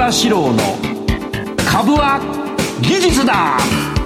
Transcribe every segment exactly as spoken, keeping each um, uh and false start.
場志郎の株は技術だ。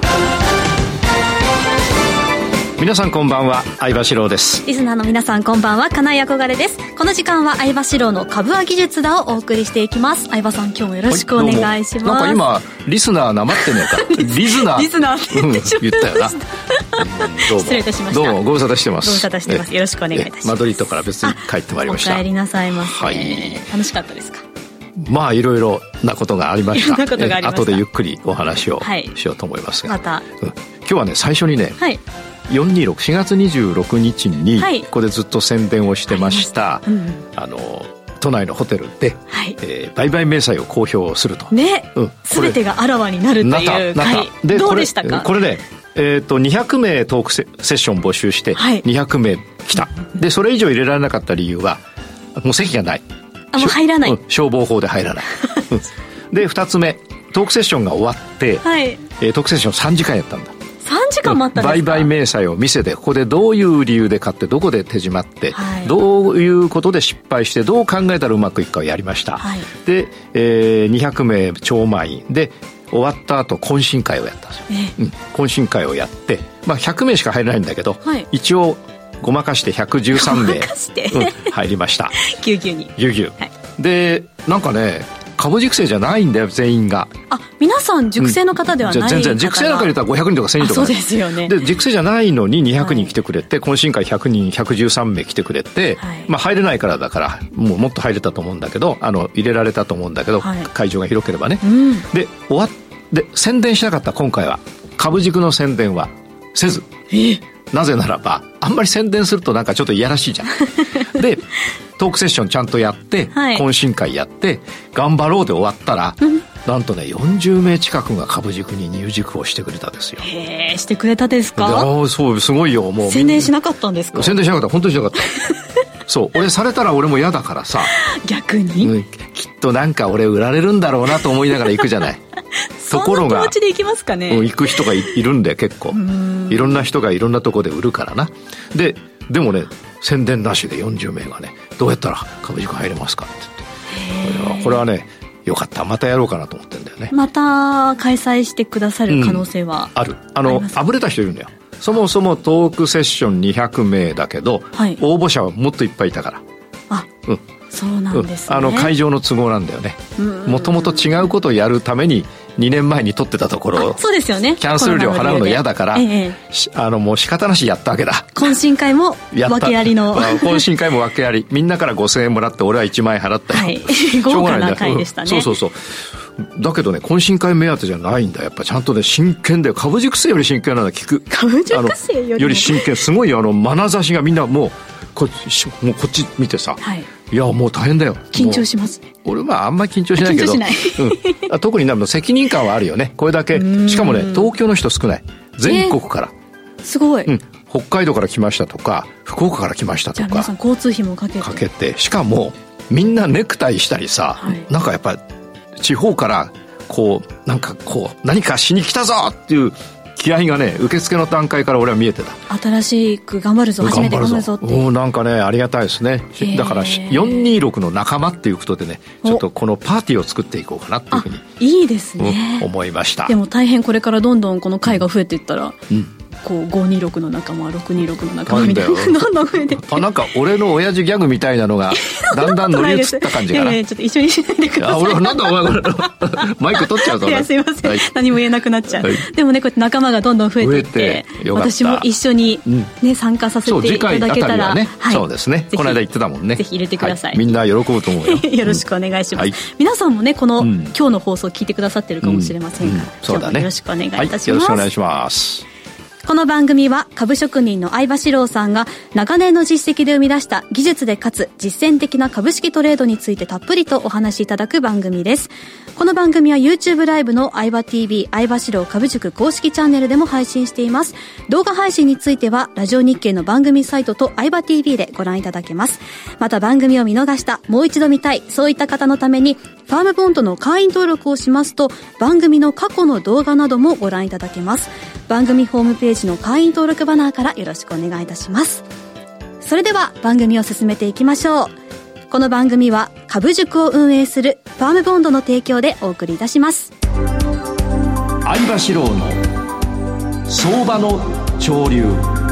皆さんこんばんは、相場志郎です。 リスナーの皆さんこんばんは、金井憧れです。この時間は相場志郎の株は技術だをお送りしていきます。相場さん、今日もよろしくお願いします。 なんか今リスナーなまってねえかリスナーリスナーって言ってしまいました、うん、言ったよな、うん、どうも失礼いたしました。どうもご無沙汰してます。 ご無沙汰してます。よろしくお願いいたします。 マドリッドから別に帰ってまいりました。 お帰りなさいませ、 はい、 楽しかったですか？ まあいろいろなことがありました。 いろんなことがありました。 後でゆっくりお話をしようと思いますが、はい、また、うん、今日はね最初にね、はい、よんにじゅうろく、しがつにじゅうろくにちにここでずっと宣伝をしてました、はい、あの都内のホテルで、はい、えー、売買明細を公表するとね、うん、全てがあらわになるという回で、どうでしたか？これね、えー、とにひゃくめいトークセッション募集してにひゃくめい来た、はい、でそれ以上入れられなかった理由はもう席がない、 あ、もう入らない、 うん、消防法で入らないでふたつめ、トークセッションが終わって、はい、えー、トークセッションさんじかんやったんだ。 さんじかん待ったんですか？ 売買明細を見せて、ここでどういう理由で買ってどこで手締まって、はい、どういうことで失敗してどう考えたらうまくいくかをやりました、はい、で、えー、にひゃくめい超満員で終わった後懇親会をやったんですよ、えーうん、懇親会をやって、まあ、ひゃくめいしか入れないんだけど、はい、一応ごまかしてひゃくじゅうさんめい、うん、入りましたぎゅうぎゅうにぎゅうぎゅう、はい、でなんかね株熟成じゃないんだよ全員が。 あ、皆さん熟成の方ではない、うん、 全然熟成なんか入れたらごひゃくにんとかせんにんとか、ね、 そうですよね。 で熟成じゃないのににひゃくにん来てくれて、はい、懇親会ひゃくにんひゃくじゅうさんめい来てくれて、はい、まあ入れないからだからもうもっと入れたと思うんだけど、あの入れられたと思うんだけど、はい、会場が広ければね、うん、で終わって宣伝しなかった。今回は株塾の宣伝はせず、えなぜならばあんまり宣伝するとなんかちょっといやらしいじゃんでトークセッションちゃんとやって、はい、懇親会やって頑張ろうで終わったら、うん、なんとねよんじゅうめい近くが株塾に入塾をしてくれたですよ。 へえ、してくれたですか？ あ、そうすごいよ。もう宣伝しなかったんですか？ 宣伝しなかった、本当にしなかったそう俺されたら俺も嫌だからさ逆に、うん、 きっとなんか俺売られるんだろうなと思いながら行くじゃないところがそんな気持ちで行きますかね、 うん、行く人が い, いるんで結構いろんな人がいろんなとこで売るからな。ででもね宣伝なしでよんじゅうめいがねどうやったら株塾入れますかって言って、これは、これはねよかった、またやろうかなと思ってんだよね。 また開催してくださる可能性は、うん、ある。 あのあぶれた人いるんだよ。そもそもトークセッションにひゃくめいだけど、はい、応募者はもっといっぱいいたから。 あ、うん、そうなんですね、 うん、あの会場の都合なんだよね。もともと違うことをやるためににねんまえに取ってたところを、 そうですよね、 キャンセル料払うの嫌だから、ええ、あのもう仕方なしやったわけだ。 懇親会も訳ありの懇親会も訳あり、みんなからごせんえんもらって俺はいちまんえん払った、はい、 豪華な会でしたね。 そうそうそう。だけどね懇親会目当てじゃないんだ。やっぱちゃんとね真剣だよ。株熟成より真剣なんだ。聞く株熟成より、 より真剣。すごいよ、あの眼差しがみんなもうこっもうこっち見てさ、はい、いやもう大変だよ。 緊張しますね。 俺はあんまり緊張しないけど、 緊張しない、 うん、特になんか責任感はあるよね。これだけしかもね東京の人少ない、全国から、 えー、すごい、うん、 北海道から来ましたとか福岡から来ましたとか、 じゃあ皆さん交通費もかけてかけて、しかもみんなネクタイしたりさ、はい、なんかやっぱ地方からこうなんかこう何かしに来たぞっていう気合がね受付の段階から俺は見えてた。 新しく頑張るぞ、初めて頑張るぞって、 おなんかねありがたいですね。だからよんにじゅうろくの仲間っていうことでねちょっとこのパーティーを作っていこうかなっていうふうにいいですね、 うん、思いました。 でも大変これからどんどんこの会が増えていったら、うんこうごひゃくにじゅうろくの仲間、ろくひゃくにじゅうろくの仲間みたいなどんどん増えてって、 あなんか俺の親父ギャグみたいなのがだんだん乗り移った感じかな。 いやいやちょっと一緒にしないでください。あ俺なんだお前マイク取っちゃうぞ。 いやすいません、はい、何も言えなくなっちゃう、はい、でもねこうやって仲間がどんどん増えていって私も一緒に、ねうん、参加させていただけたら、 ねはい、そうですね、この間言ってたもんね。 ぜひ入れてください、 はい、みんな喜ぶと思うよよろしくお願いします、うんはい、皆さんもねこの、うん、今日の放送を聞いてくださってるかもしれませんが、うんうん、そうだね、よろしくお願いいたします、はい、 よろしくお願いします。 この番組は株職人の相場志郎さんが長年の実績で生み出した技術でかつ実践的な株式トレードについてたっぷりとお話しいただく番組です。この番組は YouTube ライブの相場 ティービー 相場志郎株塾公式チャンネルでも配信しています。動画配信についてはラジオ日経の番組サイトと相場 ティービー でご覧いただけます。また番組を見逃した、もう一度見たい、そういった方のためにファームボンドの会員登録をしますと番組の過去の動画などもご覧いただけます。番組ホームページの会員登録バナーからよろしくお願いいたします。それでは番組を進めていきましょう。この番組は株塾を運営するファームボンドの提供でお送りいたします。 相場志郎の相場の潮流。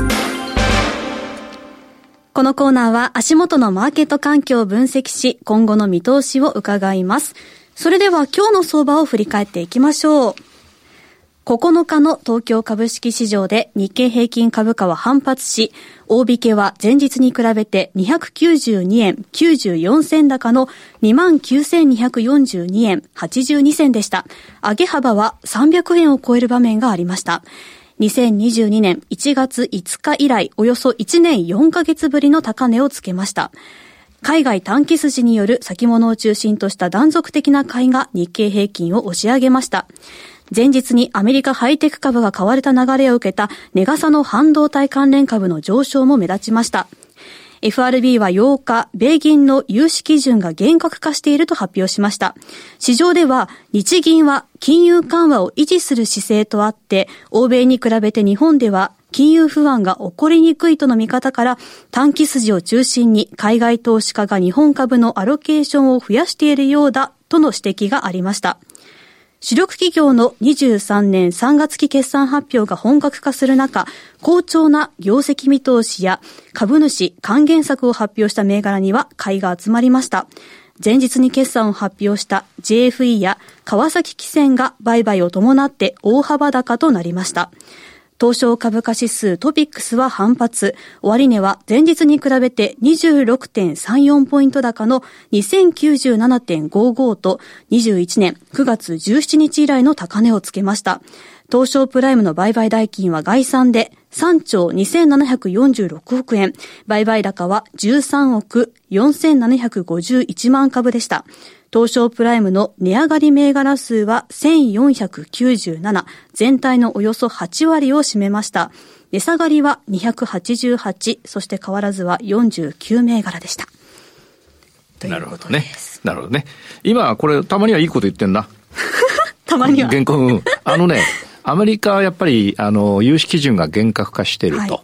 このコーナーは足元のマーケット環境を分析し、今後の見通しを伺います。それでは今日の相場を振り返っていきましょう。ここのかの東京株式市場で日経平均株価は反発し、大引けは前日に比べてにひゃくきゅうじゅうにえんきゅうじゅうよんせん高の にまんきゅうせんにひゃくよんじゅうにえんはちじゅうにせんでした。上げ幅はさんびゃくえんを超える場面がありました。にせんにじゅうにねんいちがついつか以来、およそいちねんよんかげつぶりの高値をつけました。海外短期筋による先物を中心とした断続的な買いが日経平均を押し上げました。前日にアメリカハイテク株が買われた流れを受けた値傘の半導体関連株の上昇も目立ちました。エフアールビー はようか、米銀の融資基準が厳格化していると発表しました。市場では日銀は金融緩和を維持する姿勢とあって、欧米に比べて日本では金融不安が起こりにくいとの見方から、短期筋を中心に海外投資家が日本株のアロケーションを増やしているようだとの指摘がありました。主力企業のにじゅうさんねんさんがつ期決算発表が本格化する中、好調な業績見通しや株主還元策を発表した銘柄には買いが集まりました。前日に決算を発表した ジェイエフイー や川崎汽船が売買を伴って大幅高となりました。東証株価指数トピックスは反発、終値は前日に比べて にじゅうろくてんさんよん ポイント高の にせんきゅうじゅうななてんごご とにじゅういちねんくがつじゅうしちにち以来の高値をつけました。東証プライムの売買代金は概算でさんちょうにせんななひゃくよんじゅうろくおくえん、売買高はじゅうさんおくよんせんななひゃくごじゅういちまんかぶでした。東証プライムの値上がり銘柄数はせんよんひゃくきゅうじゅうなな、全体のおよそはちわりを占めました。値下がりはにひゃくはちじゅうはち、そして変わらずはよんじゅうきゅう銘柄でした。 なるほどね。なるほどね。今これたまにはいいこと言ってんな。 たまには。 原稿、うん、あのね、アメリカはやっぱりあの融資基準が厳格化していると。はい、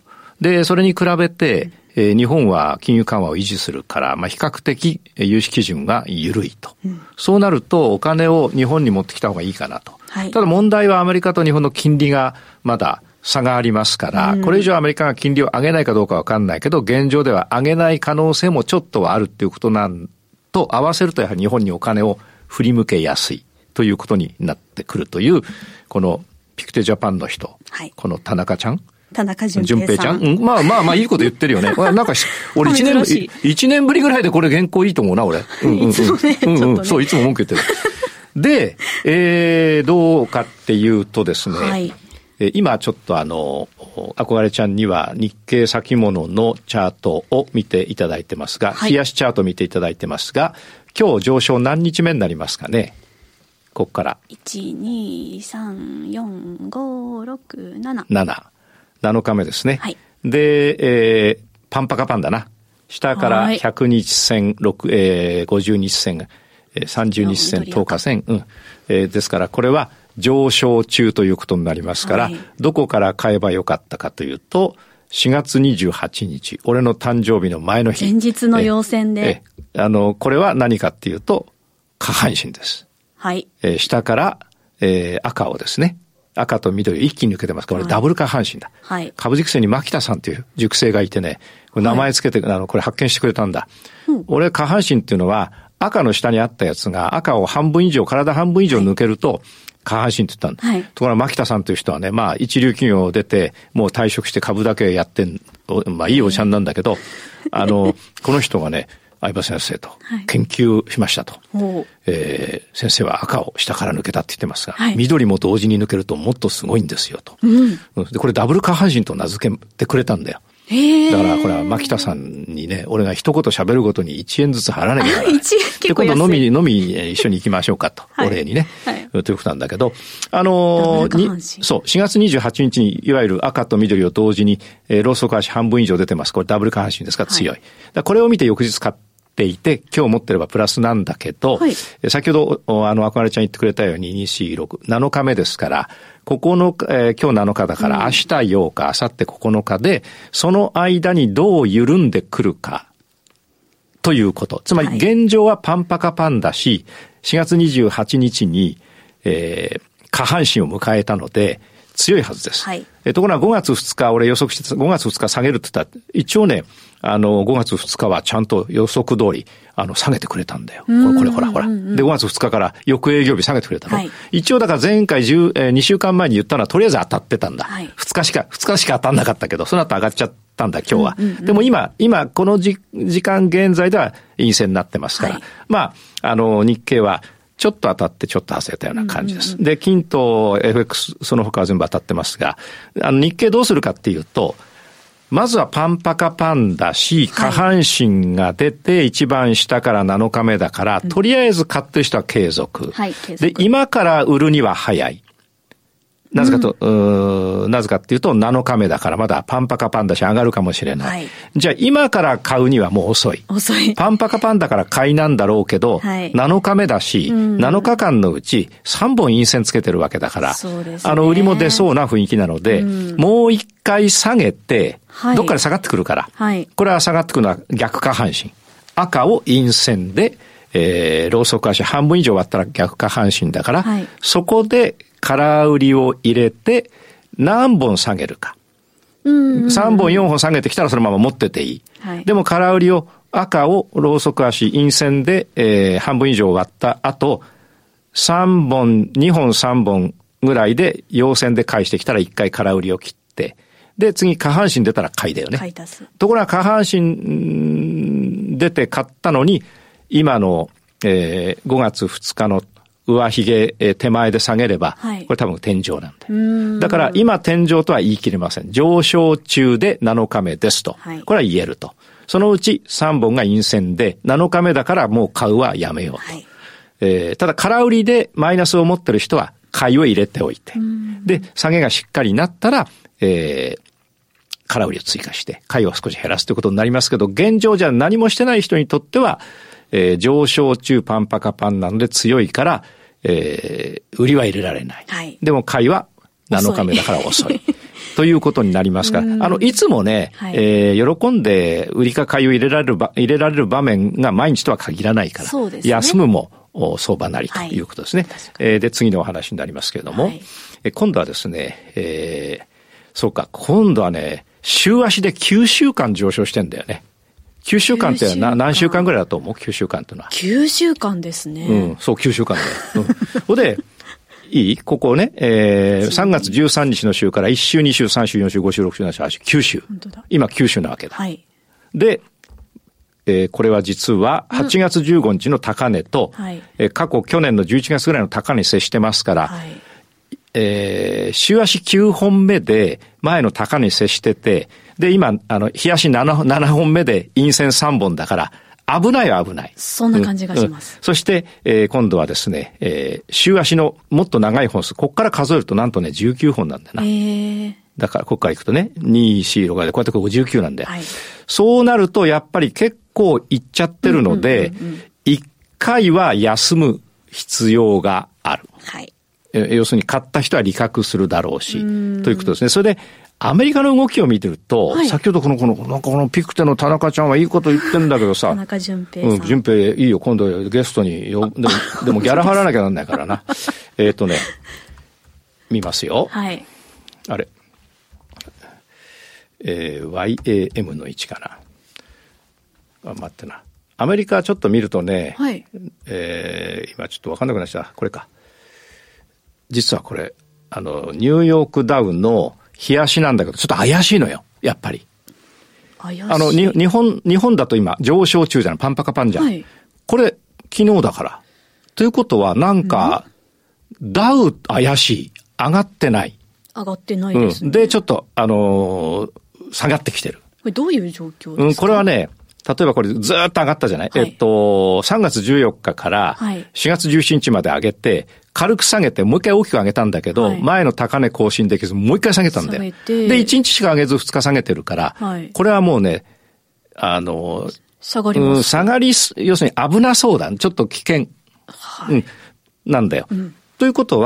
で、それに比べて、えー、日本は金融緩和を維持するから、まあ、比較的融資基準が緩いと、うん。そうなるとお金を日本に持ってきた方がいいかなと。はい、ただ問題はアメリカと日本の金利がまだ差がありますから、うん、これ以上アメリカが金利を上げないかどうかわかんないけど、現状では上げない可能性もちょっとはあるっていうことなんと合わせると、やはり日本にお金を振り向けやすいということになってくるという、このピクテジャパンの人、はい、この田中ちゃん田中純平さん。 純平ちゃん、うん、まあまあまあいいこと言ってるよね。なんか俺一年一年ぶりぐらいでこれ原稿いいと思うな俺。うんうんうん、いつもね、うんうん、ね、そういつも文句言ってる。で、えー、どうかっていうとですね、はい、え今ちょっとあの憧れちゃんには日経先物のチャートを見ていただいてますが、はい、日足チャート見ていただいてますが、今日上昇何日目になりますかね。ここからいち、に、さん、よん、ご、ろく、なな。 なな。なのかめですね。はい、で、えー、パンパカパンだな。下からひゃくにち線、えー、ごじゅうにち線、さんじゅうにち線、とおか線、うんえー。ですからこれは上昇中ということになりますから、はい、どこから買えばよかったかというと、しがつにじゅうはちにち、俺の誕生日の前の日。 前日の陽線で。 ええあの、これは何かっていうと、下半身です。はい。えー、下から、えー、赤をですね。赤と緑一気に抜けてますから、これダブル下半身だ。はい。株塾生に牧田さんという塾生がいてね、これ名前つけて、はい、あの、これ発見してくれたんだ。うん、俺下半身っていうのは、赤の下にあったやつが赤を半分以上、体半分以上抜けると、はい、下半身って言ったんだ。はい、ところが牧田さんという人はね、まあ一流企業を出て、もう退職して株だけやってん、まあいいおじさんなんだけど、あの、この人がね、相葉先生と研究しましたと、はい、えー、先生は赤を下から抜けたって言ってますが、はい、緑も同時に抜けるともっとすごいんですよと、うん、でこれダブル下半身と名付けてくれたんだよ。だからこれは牧田さんにね、俺が一言喋るごとにいちえんずつ払わなきゃいけない。いちえん結構安い。で今度飲み、飲み一緒に行きましょうかと、はい、お礼にね、はい、ということなんだけど、あのー、に、そう、しがつにじゅうはちにちにいわゆる赤と緑を同時に、えー、ローソク足半分以上出てます。これダブル下半身ですから強い。はい、だこれを見て翌日買っていて、今日持ってればプラスなんだけど、はい、先ほど、あの、赤丸ちゃん言ってくれたように、に、よん、ろく、なのかめですから、ここの、えー、今日なのかだから、明日ようか、明後日ここのかで、その間にどう緩んでくるか。 ということ。つまり現状はパンパカパンだし、しがつにじゅうはちにちに、えー、下半身を迎えたので、強いはずです。はい、えところがごがつふつか、俺予測してごがつふつか下げるって言ったら、一応ね、あの、ごがつふつかはちゃんと予測通り、あの、下げてくれたんだよ。これ、これ、ほら、ほら。で、ごがつふつかから翌営業日下げてくれたの。はい、一応だから前回じゅう、えー、にしゅうかんまえに言ったのはとりあえず当たってたんだ。はい、ふつかしか、ふつかしか当たんなかったけど、その後上がっちゃったんだ、今日は。うんうんうん、でも今、今、この時、時間現在では陰線になってますから、はい、まあ、あの、日経は、ちょっと当たってちょっと外れたような感じです。うんうんうん、で、金と エフエックス、その他は全部当たってますが、あの日経どうするかっていうと、まずはパンパカパンだし、下半身が出て一番下からなのかめだから、はい、とりあえず買ってる人は継続。はい、継続。で、今から売るには早い。なぜかと、うん、うーなぜかっていうとなのかめだからまだパンパカパンだし上がるかもしれない。はい、じゃあ今から買うにはもう遅い。遅い。パンパカパンだから買いなんだろうけど、はい、なのかめだし、うん、なのかかんのうちさんぼん陰線つけてるわけだから、そうですね、あの売りも出そうな雰囲気なので、うん、もう一回下げて、はい、どっかで下がってくるから、はい、これは下がってくるのは逆下半身。赤を陰線で、えー、ローソク足半分以上割ったら逆下半身だから、はい、そこで空売りを入れて何本下げるか。うんうんうん、さんぼんよんほん下げてきたらそのまま持ってていい。はい、でも空売りを赤をローソク足陰線で、えー、半分以上割った後、さんぼん、にほんさんぼんぐらいで陽線で返してきたら一回空売りを切って、で次下半身出たら買いだよね。買い出す。ところが下半身出て買ったのに今の、えー、ごがつふつかの上髭、えー、手前で下げれば、はい、これ多分天井なんで。んだから今天井とは言い切れません。上昇中でなのかめですと。はい、これは言えると。そのうちさんぼんが陰線でなのかめだからもう買うはやめようと。はい、えー、ただ空売りでマイナスを持ってる人は買いを入れておいて。で、下げがしっかりなったら、えー、空売りを追加して買いを少し減らすということになりますけど、現状じゃ何もしてない人にとっては、えー、上昇中パンパカパンなので強いから、えー、売りは入れられない。はい、でも買いはなのかめだから遅い。ということになりますが、あの、いつもね、はい、えー、喜んで売りか買いを入れられる、入れられる場面が毎日とは限らないから、そうですね、休むも相場なりということですね。はい、えー、で、次のお話になりますけれども、はい、え今度はですね、えー、そうか、今度はね、週足できゅうしゅうかん上昇してんだよね。きゅうしゅうかんって何週間ぐらいだと思う ?きゅうしゅうかんってのは。 きゅうしゅうかんですね。 うん、そう、きゅうしゅうかんだよ。うん、で、いいここね、えー、さんがつじゅうさんにちの週からいっ週、に週、さん週、よん週、ご週、ろく週、なな週、はち週、きゅう週。本当だ。今きゅう週なわけだ。はい。で、えー、これは実ははちがつじゅうごにちの高値と、うん、はい、えー、過去去年のじゅういちがつぐらいの高値に接してますから、はい、えー、週足きゅうほんめで前の高値に接してて、で、今、あの、日足 7, 7本目で陰線さんぼんだから、危ないは危ない。 そんな感じがします。 うんうん、そして、えー、今度はですね、えー、週足のもっと長い本数、ここから数えるとなんとね、じゅうきゅうほんなんだよな。へー。だから、ここから行くとね、に、よん、ろくで、こうやってここじゅうきゅうなんで。はい、そうなると、やっぱり結構いっちゃってるので、うんうんうんうん、いっかいは休む必要がある。はい。要するに買った人は利確するだろうし、うということですね。それで、アメリカの動きを見てると、はい、先ほどこの、この、なんかこのピクテの田中ちゃんはいいこと言ってんだけどさ。 田中淳平さん。 うん、淳平いいよ、今度ゲストによ、でも、でもギャラ払わなきゃなんないからな。えっとね、見ますよ。はい。あれ。えー、ワイエーエム の位置かな。あ、待ってな。アメリカちょっと見るとね、はい、えー、今ちょっとわかんなくなっちゃった。これか。実はこれ、あの、ニューヨークダウの日足なんだけど、ちょっと怪しいのよ、やっぱり。怪しい。あの、に、日本、日本だと今、上昇中じゃん。パンパカパンじゃん。はい、これ、昨日だから。ということは、なんか、うん、ダウ怪しい。上がってない。 上がってないですね。 うん。で、ちょっと、あのー、下がってきてる。 これどういう状況ですか？ うん、これはね、例えばこれずーっと上がったじゃない、はい、えっと、さんがつじゅうよっかからしがつじゅうしちにちまで上げて、軽く下げて、もう一回大きく上げたんだけど、はい、前の高値更新できず、もう一回下げたんだよ。で、いちにちしか上げずふつか下げてるから、はい、これはもうね、あの、 下がります。 うん、下がり、要するに危なそうだ。ちょっと危険、はい、うん、なんだよ、うん。ということは、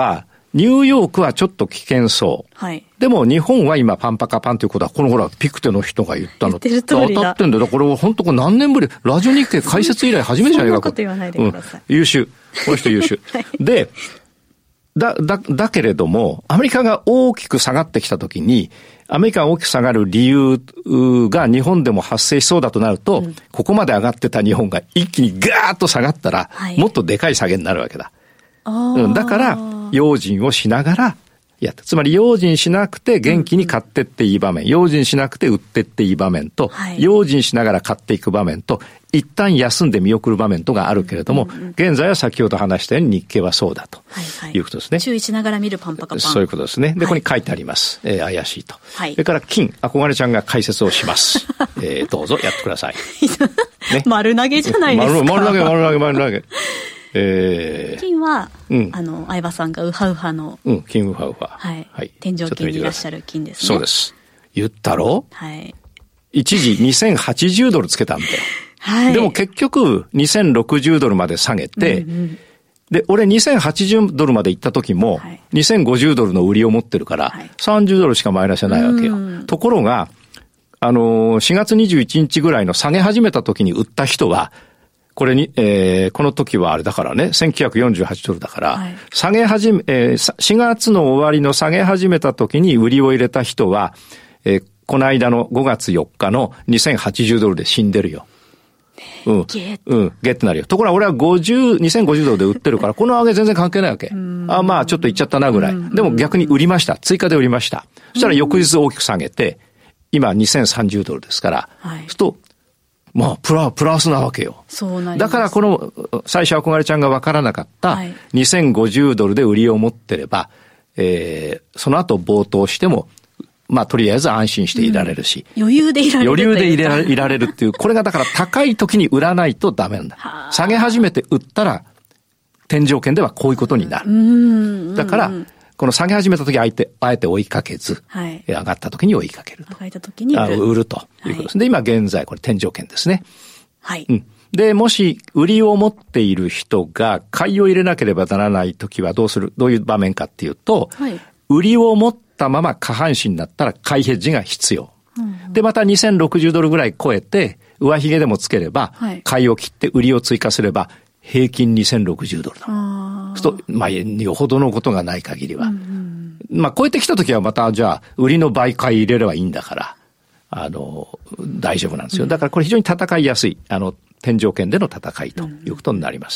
ニューヨークはちょっと危険そう。 はい。 でも日本は今パンパカパンということは、このほら、ピクテの人が言ったの。 言ってる通りだ。 当たってんだよ。これは本当これ何年ぶり、ラジオ日経解説以来初めてじゃないか。 そんなこと言わないでください。 うん、優秀。この人優秀。はい、で、だ、だ、だけれども、アメリカが大きく下がってきたときに、アメリカが大きく下がる理由が日本でも発生しそうだとなると、うん、ここまで上がってた日本が一気にガーッと下がったら、はい、もっとでかい下げになるわけだ。うん、だから、用心をしながらやった。つまり、用心しなくて元気に買ってっていい場面、うんうん、用心しなくて売ってっていい場面と、はい、用心しながら買っていく場面と、一旦休んで見送る場面とがあるけれども、うんうんうん、現在は先ほど話したように日経はそうだということですね。はいはい、 注意しながら見るパンパカパン。 そういうことですね。で、ここに書いてあります。はい、えー、怪しいと。はい、それから金、憧れちゃんが解説をします。えー、どうぞやってください。 ね、丸投げじゃないですか。 丸投げ、丸投げ、丸投げ。えー、 金は、うん、あの、相葉さんがウハウハの。 うん、金ウハウハ。 はい。はい、天井金にいらっしゃる金ですね。 そうです。言ったろ？ はい。 一時にせんはちじゅうドルつけたんだよ。はい。でも結局、にせんろくじゅうドルまで下げて、うんうん、で、俺にせんはちじゅうドルまで行った時も、はい、にせんごじゅうドルの売りを持ってるから、はい、さんじゅうドルしかマイナスじゃないわけよ。ところが、あのー、しがつにじゅういちにちぐらいの下げ始めた時に売った人は、これに、えー、この時はあれだからね、せんきゅうひゃくよんじゅうはちドルだから、はい、下げ始め、えー、しがつの終わりの下げ始めた時に売りを入れた人は、えー、この間のごがつよっかのにせんはちじゅうドルで死んでるよ。うん。ゲッ。うん。ゲッってなるよ。ところが俺はごじゅう、にせんごじゅうドルで売ってるから、この上げ全然関係ないわけ。あ、まあちょっといっちゃったなぐらい。でも逆に売りました。追加で売りました。そしたら翌日大きく下げて、今にせんさんじゅうドルですから、はい、そうすると、まあ、プラ、プラスなわけよ。 そうなります。 だからこの、最初憧れちゃんが分からなかった、にせんごじゅうドルで売りを持ってれば、えー、その後暴騰しても、まあ、とりあえず安心していられるし。 うん、余裕でいられる。 余裕でいられいられるっていう、これがだから高い時に売らないとダメなんだ。下げ始めて売ったら、天井圏ではこういうことになる。うんだから、この下げ始めた時あえて、あえて追いかけず、はい、上がった時に追いかけると。 上がった時に売る。 売るということです。はい、で、今現在これ天井圏ですね。 はい。 うん。で、もし売りを持っている人が買いを入れなければならない時はどうする、どういう場面かっていうと、はい、売りを持ったまま下半身になったら買いヘッジが必要。うんうん、で、またにせんろくじゅうドルぐらい超えて、上髭でもつければ、はい、買いを切って売りを追加すれば、平均にせんろくじゅうドルだ。そうすると、まあ、よほどのことがない限りは。うんうん、まあ、超えてきたときはまた、じゃあ、売りの倍買い入れればいいんだから、あの、大丈夫なんですよ。だからこれ非常に戦いやすい、あの、天井圏での戦いということになります。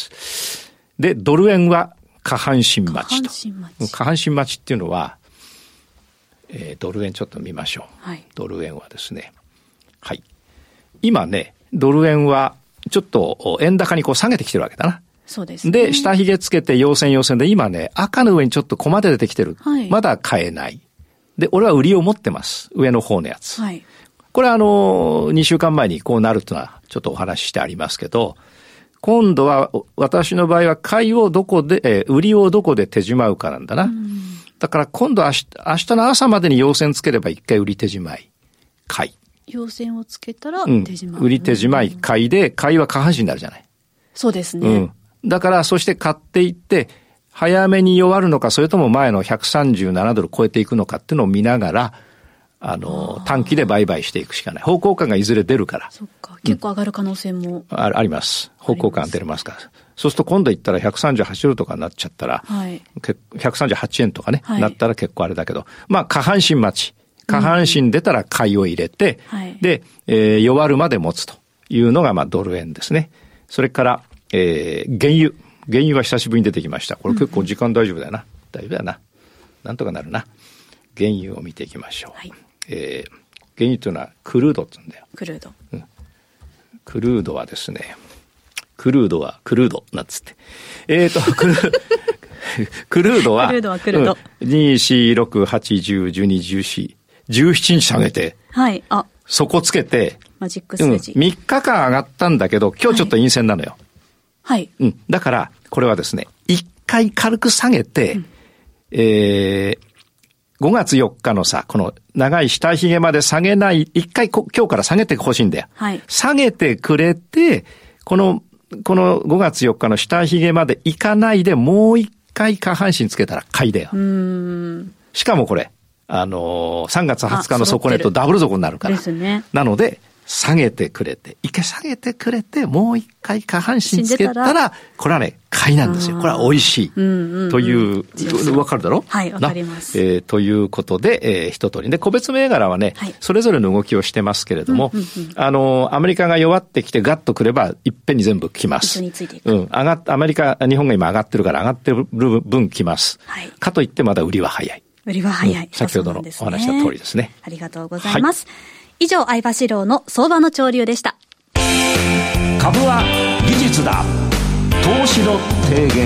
うん、で、ドル円は下半身待ちと。下半身待ち。下半身待ちっていうのは、えー、ドル円ちょっと見ましょう。はい、ドル円はですね、はい。今ね、ドル円は、ちょっと円高にこう下げてきてるわけだな。 そうですね。 で、下髭つけて陽線陽線で今ね、赤の上にちょっとコマで出てきてる。はい、まだ買えない。で、俺は売りを持ってます。上の方のやつ。はい、これはあの、にしゅうかんまえにこうなるというのはちょっとお話ししてありますけど、今度は私の場合は買いをどこで、えー、売りをどこで手締まうかなんだな。だから今度明日、明日の朝までに陽線つければ一回売り手締まい。買い。 陽線をつけたら手締まい、 うん。売り手締まい、買いで、買いは下半身になるじゃない。 そうですね。 うん。だから、そして買っていって、早めに弱るのか、それとも前のひゃくさんじゅうななドル超えていくのかっていうのを見ながら、あの、あ短期で売買していくしかない。方向感がいずれ出るから。 そっか。結構上がる可能性も。 うん、あ, あります。方向感出れますから。そうすると今度言ったらひゃくさんじゅうはちドルとかになっちゃったら、はい、ひゃくさんじゅうはちえんとかね、はい、なったら結構あれだけど、まあ下半身待ち。下半身出たら買いを入れて、うんはい、で、えー、弱るまで持つというのが、まあ、ドル円ですね。それから、えー、原油。原油は久しぶりに出てきました。これ結構時間大丈夫だよな。うん、大丈夫だよな。なんとかなるな。原油を見ていきましょう。はい、えー、原油というのはクルードって言うんだよ。 クルード。うん。 クルードはですね、クルードはクルードなんつって。えーと、クルード、クルードは、 クルードはクルード。 うん、に、よん、ろく、はち、じゅう、じゅうに、じゅうよん、じゅうしちにち下げて、 はい、あ、 底つけて、 マジック数字、 うん。みっかかん上がったんだけど、今日ちょっと陰線なのよ。 はい。 うん。だから、これはですね、一回軽く下げて、うん、えー、ごがつよっかのさ、この長い下髭まで下げない、一回今日から下げてほしいんだよ。はい。下げてくれて、この、このごがつよっかの下髭まで行かないでもう一回回下半身つけたら買いだよ。 うーん、 しかもこれ、あのー、さんがつはつかの底値とダブル底になるから。 ですね。 なので、下げてくれて、一回下げてくれて、もう一回下半身つけたら、これはね、買いなんですよ。これは美味しい。うんうんうん、という、わかるだろ？ はい、わかります。 えー、ということで、えー、一通り。で、個別銘柄はね、はい、それぞれの動きをしてますけれども、うんうんうん、あのー、アメリカが弱ってきてガッとくれば、いっぺんに全部来ます。 一緒についていく。 うん。上がっ、アメリカ、日本が今上がってるから上がってる分来ます。はい。かといってまだ売りは早い。 売りは早い。うん、 先ほどのお話した通りですね。 ありがとうございます。はい、以上、相場志郎の相場の潮流でした。 株は技術だ。投資の提言。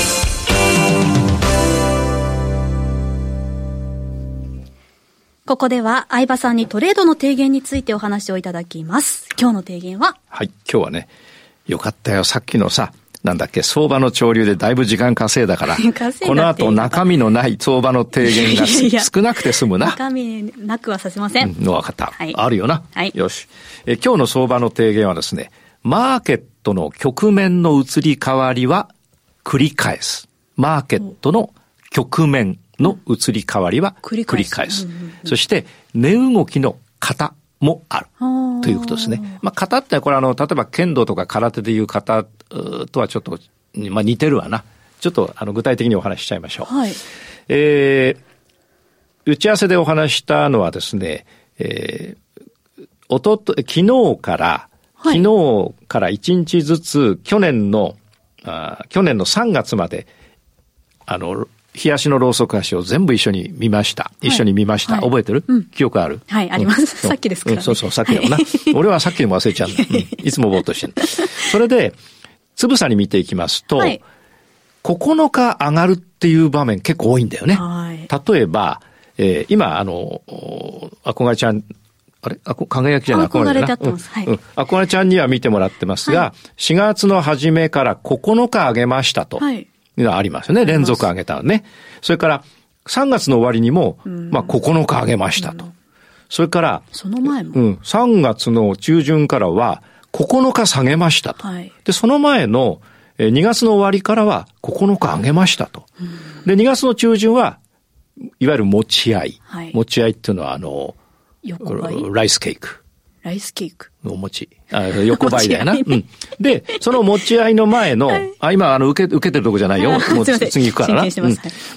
ここでは相場さんにトレードの提言についてお話をいただきます。今日の提言は？ はい、今日はね、よかったよ。さっきのさ、なんだっけ、相場の潮流でだいぶ時間稼いだから、この後中身のない相場の提言がいや少なくて済むな。 中身なくはさせません。 うん、分かった、はい。あるよな。 はい、 よし。え、今日の相場の提言はですね、マーケットの局面の移り変わりは繰り返す。マーケットの局面の移り変わりは繰り返す。繰り返す。うんうんうん、そして、値動きの型もある。ということですね。まあ、型ってこれあの、例えば剣道とか空手でいう型とはちょっと、まあ、似てるわな。ちょっとあの、具体的にお話ししちゃいましょう。はい。えー、打ち合わせでお話したのはですね、えー、おとと、昨日から、はい、昨日からいちにちずつ、去年の、あ去年のさんがつまで、あの、日足のローソク足を全部一緒に見ました。はい、一緒に見ました。はい、覚えてる、うん、記憶ある？ はい、あります。うん、さっきですから、ね。 そうそう、さっきだもんな。はい、俺はさっきでも忘れちゃうんだ。うん、いつもぼーっとしてる。それで、つぶさに見ていきますと、はい、ここのか上がるっていう場面結構多いんだよね。はい、例えば、えー、今、あの、憧れちゃん、あれあ輝きじゃない憧れてあってます。はい。うん。 憧れちゃんには見てもらってますが、はい、しがつの初めからここのか上げましたと。はい。いうのはありますよね。連続上げたのね。それから、さんがつの終わりにも、まあ、ここのか上げましたと。それから、 その前も。 うん。さんがつの中旬からは、ここのか下げましたと。はい。で、その前の、にがつの終わりからは、ここのか上げましたと。で、にがつの中旬は、いわゆる持ち合い。はい。持ち合いっていうのは、あの、 横ばい？ ライスケーキ。 ライスケーキ。 お餅。あ、横ばいだよな。うん。で、その持ち合いの前の、はい、あ、今、あの、受け、受けてるとこじゃないよ。もう次行くからな。うん、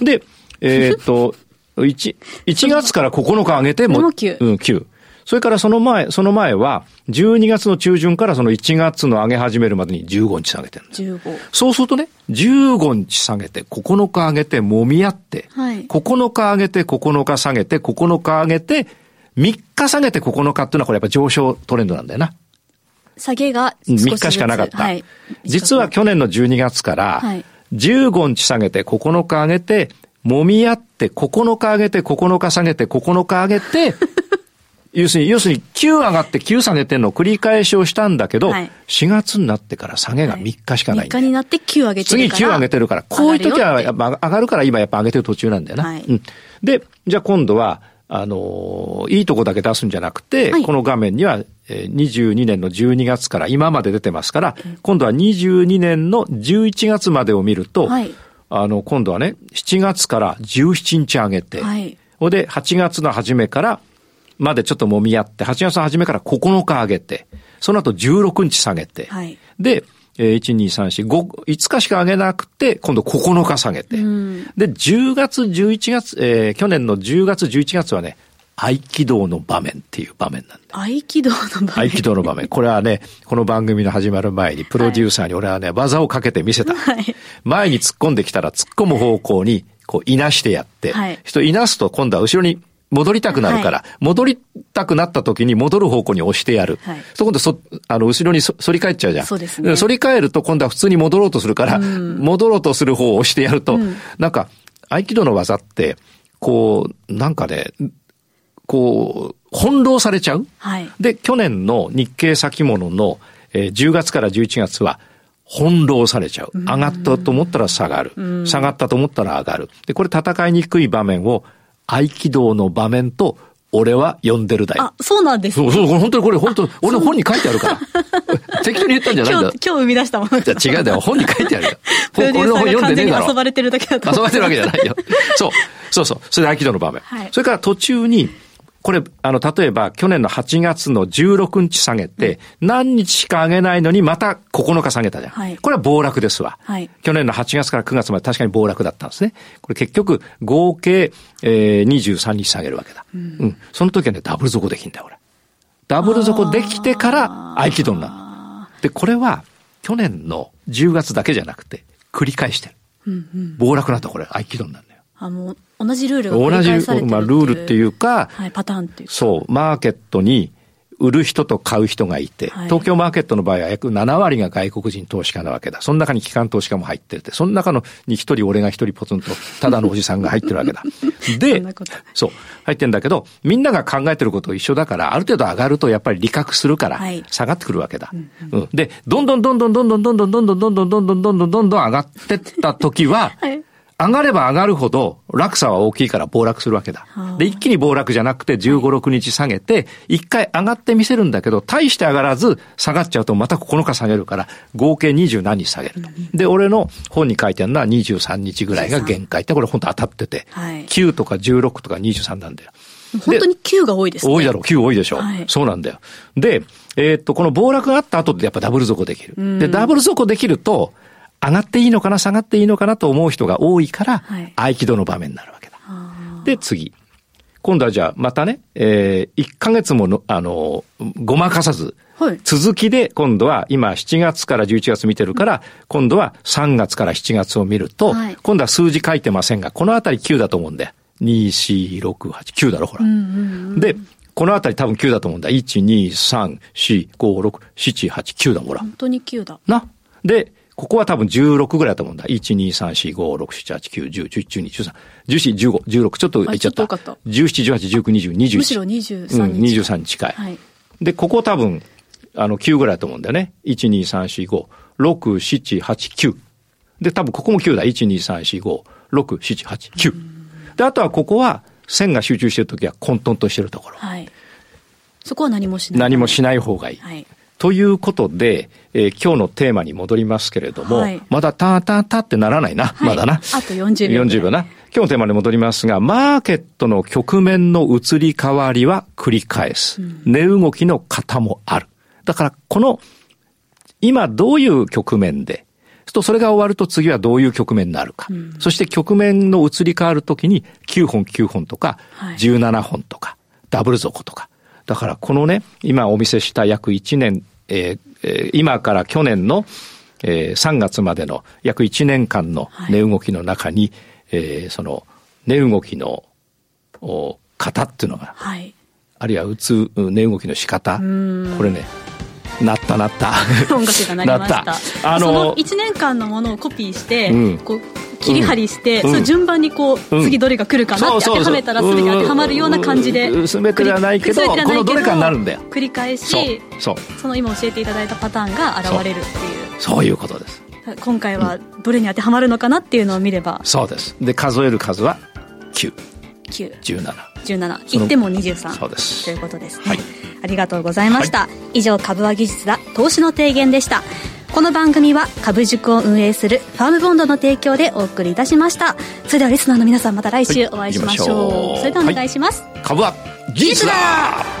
で、えー、っと、1、いちがつからここのか上げても、 もきゅう。 うん、きゅう。それからその前、その前は、じゅうにがつの中旬からそのいちがつの上げ始めるまでにじゅうごにち下げてるんだ。 じゅうご。 そうするとね、じゅうごにち下げて、ここのか上げて、揉み合って、はい、ここのか上げて、ここのか下げて、ここのか上げて、みっか下げてここのかっていうのはこれやっぱ上昇トレンドなんだよな。 下げが少しずつみっかしかなかった。はい、実は去年のじゅうにがつから、じゅうごにち下げて、ここのか上げて、揉み合って、ここのか上げて、ここのか下げて、ここのか上げて、要するに、要するにきゅう上がってきゅう下げてんの繰り返しをしたんだけど、はい、しがつになってから下げがみっかしかないんだよ。 みっかになってきゅう上げてるから。 次きゅう上げてるから、こういう時はやっぱ上がるから今やっぱ上げてる途中なんだよな。はい、うん、で、じゃあ今度は、あのー、いいとこだけ出すんじゃなくて、はい、この画面には、えー、にじゅうにねんのじゅうにがつから今まで出てますから、うん、今度はにじゅうにねんのじゅういちがつまでを見ると、はい、あの、今度はね、しちがつからじゅうしちにち上げて、はい、で、はちがつの初めから、までちょっと揉み合って、はちがつの初めからここのか上げて、その後じゅうろくにち下げて、はい、で、えー、いち、に、さん、よん、ご、いつかしか上げなくて、今度ここのか下げて。うん、で、じゅうがつ、じゅういちがつ、えー、去年のじゅうがつ、じゅういちがつはね、合気道の場面っていう場面なんで。 合気道の場面合気道の場面。これはね、この番組の始まる前に、プロデューサーに俺はね、はい、技をかけて見せた。はい、前に突っ込んできたら突っ込む方向に、こう、いなしてやって、はい、人いなすと今度は後ろに、戻りたくなるから、はい、戻りたくなった時に戻る方向に押してやる。はい、そ今度そ、あの、後ろにそ反り返っちゃうじゃん。 そうですね。 反り返ると今度は普通に戻ろうとするから、うん、戻ろうとする方を押してやると、うん、なんか、合気道の技って、こう、なんかね、こう、翻弄されちゃう。はい、で、去年の日経先物の、えー、じゅうがつからじゅういちがつは、翻弄されちゃう。上がったと思ったら下がる。下がったと思ったら上がる。で、これ戦いにくい場面を、合気道の場面と俺は読んでるだよ。 あ、そうなんです、ね。 そうそう、本当にこれ本当、俺の本に書いてあるから。適当に言ったんじゃないんだよ。 今日、今日生み出したもの。 じゃ違うだよ、本に書いてあるよ。 俺の本読んでねえだろ。遊ばれてるだけだと。 遊ばれてるわけじゃないよ。そう、そうそう。それで合気道の場面。はい、それから途中に、これ、あの、例えば、去年のはちがつのじゅうろくにち下げて、うん、何日しか上げないのに、またここのか下げたじゃん。はい、これは暴落ですわ。はい、去年のはちがつからくがつまで確かに暴落だったんですね。これ結局、合計、えー、にじゅうさんにち下げるわけだ。うん。うん、その時はね、ダブル底できんだよ、これ。ダブル底できてから、合気道になる。で、これは、去年のじゅうがつだけじゃなくて、繰り返してる。うんうん、暴落なんだ、これ、合気道になるんだよ。 あ、もう、同じルールが繰り返されてるっていう。同じ、まあ、 ルールっていうか、 はい、パターンっていうか。 そう、マーケットに売る人と買う人がいて、はい、東京マーケットの場合は約ななわりが外国人投資家なわけだ。その中に機関投資家も入ってるって、その中のに一人俺が一人ポツンと、ただのおじさんが入ってるわけだ。で、そう、入ってるんだけど、みんなが考えてること一緒だから、ある程度上がるとやっぱり利確するから、下がってくるわけだ。うんうんうん、で、どんどんどんどんどんどんどんどんどんどんどんどんどんどんどんどんどんどん上がってった時は、はい上がれば上がるほど落差は大きいから暴落するわけだ。で、一気に暴落じゃなくてじゅうご、ろくにち下げて、一回上がってみせるんだけど、大して上がらず下がっちゃうとまたここのか下げるから、合計にじゅうなんにち下げると。で、俺の本に書いてあるのはにじゅうさんにちぐらいが限界って、これ本当当たってて、きゅうとかじゅうろくとかにじゅうさんなんだよ。 本当にきゅうが多いですね。 多いだろう、きゅう多いでしょ。はい、そうなんだよ。で、えー、っと、この暴落があった後でやっぱダブル底できる。で、ダブル底できると、上がっていいのかな下がっていいのかなと思う人が多いから、はい、合気道の場面になるわけだ。で、次。今度はじゃあ、またね、えー、いっかげつもの、あの、ごまかさず、はい、続きで今度は今しちがつからじゅういちがつ見てるから、うん、今度はさんがつからしちがつを見ると、はい、今度は数字書いてませんが、このあたりきゅうだと思うんだよ。に、よん、ろく、はち、きゅうだろ、ほら。うんうんうん、で、このあたり多分きゅうだと思うんだ。いち、に、さん、よん、ご、ろく、なな、はち、きゅうだ、ほら。 本当にきゅうだ。 な。で、ここは多分じゅうろくぐらいだと思うんだ。いち、に、さん、よん、ご、ろく、なな、はち、きゅう、じゅう、じゅういち、じゅうに、じゅうさん、じゅうよん、じゅうご、じゅうろく、ちょっといっちゃった。じゅうなな、じゅうはち、じゅうきゅう、にじゅう、にじゅういち。 むしろにじゅうさんにち。 うん、にじゅうさんにち近い。はい、で、ここ多分、あの、きゅうぐらいだと思うんだよね。いち、に、さん、よん、ご、ろく、なな、はち、きゅう。で、多分ここもきゅうだ。いち、に、さん、よん、ご、ろく、なな、はち、きゅう。で、あとはここは、線が集中してるときは混沌としてるところ。はい。 そこは何もしない。 何もしない方がいい。はい。ということで、えー、今日のテーマに戻りますけれども、はい、まだターターターってならないな、はい、まだな。 あとよんじゅうびょう。 よんじゅうびょうな。今日のテーマに戻りますが、マーケットの局面の移り変わりは繰り返す。うん、値動きの型もある。だから、この、今どういう局面で、とそれが終わると次はどういう局面になるか。うん、そして局面の移り変わるときにきゅうほんきゅうほんとか、じゅうななほんとか、ダブル底とか。だからこのね、今お見せした約いちねん、えーえー、今から去年の、えー、さんがつまでの約いちねんかんの値動きの中に、はい、えー、その値動きの型っていうのが、はい、あるいは打つ値動きの仕方、これね、なったなった。 音楽が鳴りました。あのー、そのいちねんかんのものをコピーして、うん、こう切り張りして、うん、その順番にこう、うん、次どれが来るかなって当てはめたら全て当てはまるような感じで、 全てではないけど、このどれかになるんだよ。 繰り返し、そうそうその今教えていただいたパターンが現れるっていう。 そう、そういうことです。 今回はどれに当てはまるのかなっていうのを見れば。 そうです。で、数える数はきゅう。 きゅう。 じゅうなな。 じゅうなな。いってもにじゅうさん。 そうです。 ということですね。 はい。 ありがとうございました。はい、以上、株は技術だ、投資の提言でした。この番組は株塾を運営するファームボンドの提供でお送りいたしました。それではリスナーの皆さん、また来週お会いしましょう。はい、それではお願いします。 はい、株は技術だ。